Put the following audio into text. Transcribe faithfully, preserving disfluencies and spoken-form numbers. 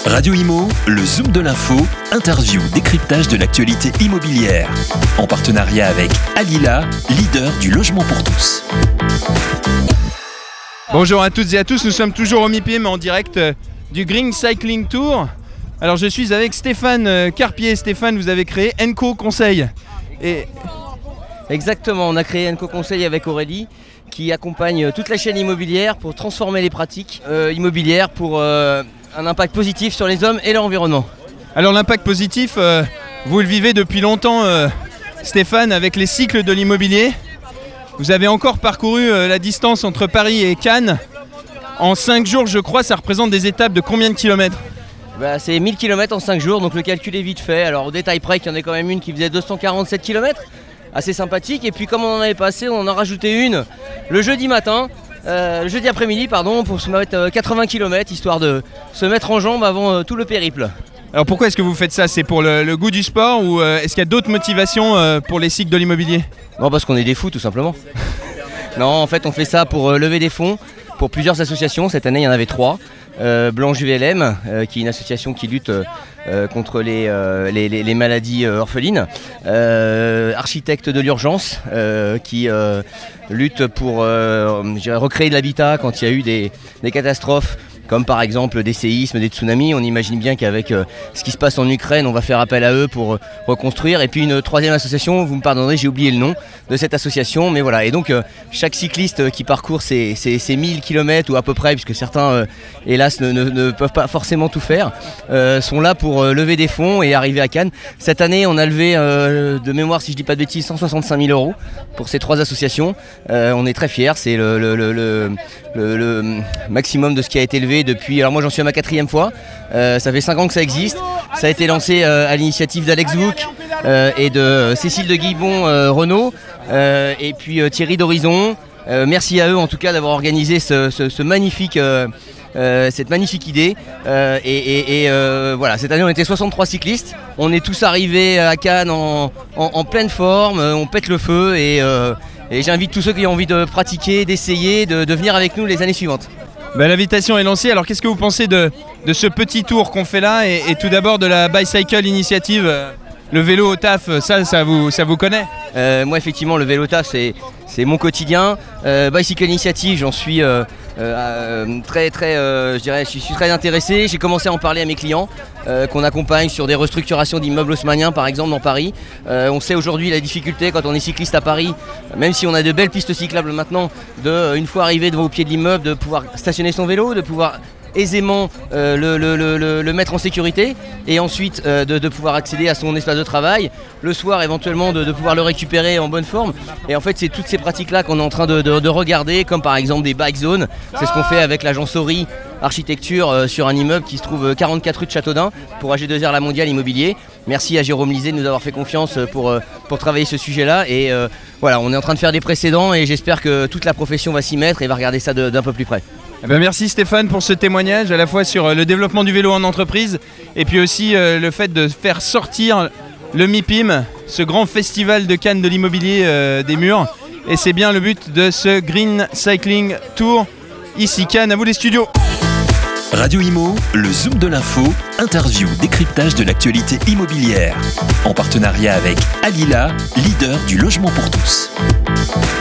Radio Imo, le Zoom de l'info, interview, décryptage de l'actualité immobilière. En partenariat avec Alila, leader du logement pour tous. Bonjour à toutes et à tous, nous sommes toujours au MIPIM en direct du Green Cycling Tour. Alors je suis avec Stéphane Carpier. Stéphane, vous avez créé Enco Conseil. Et... Exactement, on a créé Enco Conseil avec Aurélie qui accompagne toute la chaîne immobilière pour transformer les pratiques euh, immobilières pour euh, un impact positif sur les hommes et leur environnement. Alors l'impact positif, euh, vous le vivez depuis longtemps euh, Stéphane, avec les cycles de l'immobilier. Vous avez encore parcouru euh, la distance entre Paris et Cannes. En cinq jours, je crois, ça représente des étapes de combien de kilomètres ? Bah, c'est mille kilomètres en cinq jours, donc le calcul est vite fait. Alors au détail près qu'il y en a quand même une qui faisait deux cent quarante-sept kilomètres, assez sympathique. Et puis comme on en avait passé, on en a rajouté une le jeudi matin, euh, le jeudi après-midi, pardon, pour se mettre euh, quatre-vingts kilomètres, histoire de se mettre en jambes avant euh, tout le périple. Alors pourquoi est-ce que vous faites ça ? C'est pour le, le goût du sport ou euh, est-ce qu'il y a d'autres motivations euh, pour les cycles de l'immobilier ? Non, parce qu'on est des fous tout simplement. Non, en fait on fait ça pour euh, lever des fonds pour plusieurs associations. Cette année il y en avait trois. Euh, Blanche U L M, euh, qui est une association qui lutte euh, contre les, euh, les, les, les maladies euh, orphelines. Euh, Architectes de l'urgence, euh, qui euh, lutte pour euh, recréer de l'habitat quand il y a eu des, des catastrophes, comme par exemple des séismes, des tsunamis. On imagine bien qu'avec euh, ce qui se passe en Ukraine, on va faire appel à eux pour euh, reconstruire. Et puis une troisième association, vous me pardonnerez, j'ai oublié le nom de cette association, mais voilà. Et donc euh, chaque cycliste euh, qui parcourt ces, ces, ces mille kilomètres, ou à peu près, puisque certains, euh, hélas, ne, ne, ne peuvent pas forcément tout faire, euh, sont là pour euh, lever des fonds et arriver à Cannes. Cette année, on a levé, euh, de mémoire, si je dis pas de bêtises, cent soixante-cinq mille euros pour ces trois associations. Euh, on est très fiers, c'est le, le, le, le, le, le maximum de ce qui a été levé depuis, alors moi j'en suis à ma quatrième fois, euh, ça fait cinq ans que ça existe, ça a été lancé euh, à l'initiative d'Alex Book euh, et de Cécile de Guibon euh, Renault euh, et puis euh, Thierry d'Horizon. Euh, merci à eux en tout cas d'avoir organisé ce, ce, ce magnifique, euh, euh, cette magnifique idée euh, et, et, et euh, voilà, cette année on était soixante-trois cyclistes, on est tous arrivés à Cannes en, en, en pleine forme, on pète le feu et, euh, et j'invite tous ceux qui ont envie de pratiquer, d'essayer, de, de venir avec nous les années suivantes. Ben, l'invitation est lancée. Alors qu'est-ce que vous pensez de, de ce petit tour qu'on fait là et, et tout d'abord de la Bicycle Initiative, le vélo au taf, ça, ça vous, ça vous connaît ? euh, Moi effectivement le vélo au taf c'est, c'est mon quotidien. euh, Bicycle Initiative, j'en suis euh, euh, très très, euh, je dirais, je suis très intéressé. J'ai commencé à en parler à mes clients euh, qu'on accompagne sur des restructurations d'immeubles haussmanniens par exemple dans Paris. euh, On sait aujourd'hui la difficulté quand on est cycliste à Paris, même si on a de belles pistes cyclables maintenant, de, une fois arrivé devant au pied de l'immeuble, de pouvoir stationner son vélo, de pouvoir aisément euh, le, le, le, le mettre en sécurité et ensuite euh, de, de pouvoir accéder à son espace de travail, le soir éventuellement de, de pouvoir le récupérer en bonne forme. Et en fait c'est toutes ces pratiques là qu'on est en train de, de, de regarder, comme par exemple des bike zones. C'est ce qu'on fait avec l'agence Ori Architecture euh, sur un immeuble qui se trouve quarante-quatre rue de Châteaudun pour A G deux R La Mondiale Immobilier. Merci à Jérôme Lisée de nous avoir fait confiance pour, euh, pour travailler ce sujet là et euh, voilà, on est en train de faire des précédents et j'espère que toute la profession va s'y mettre et va regarder ça de, d'un peu plus près. Eh ben merci Stéphane pour ce témoignage, à la fois sur le développement du vélo en entreprise et puis aussi euh, le fait de faire sortir le MIPIM, ce grand festival de Cannes de l'immobilier euh, des murs. Et c'est bien le but de ce Green Cycling Tour ici Cannes. À vous les studios. Radio Imo, le Zoom de l'info, interview, décryptage de l'actualité immobilière. En partenariat avec Alila, leader du logement pour tous.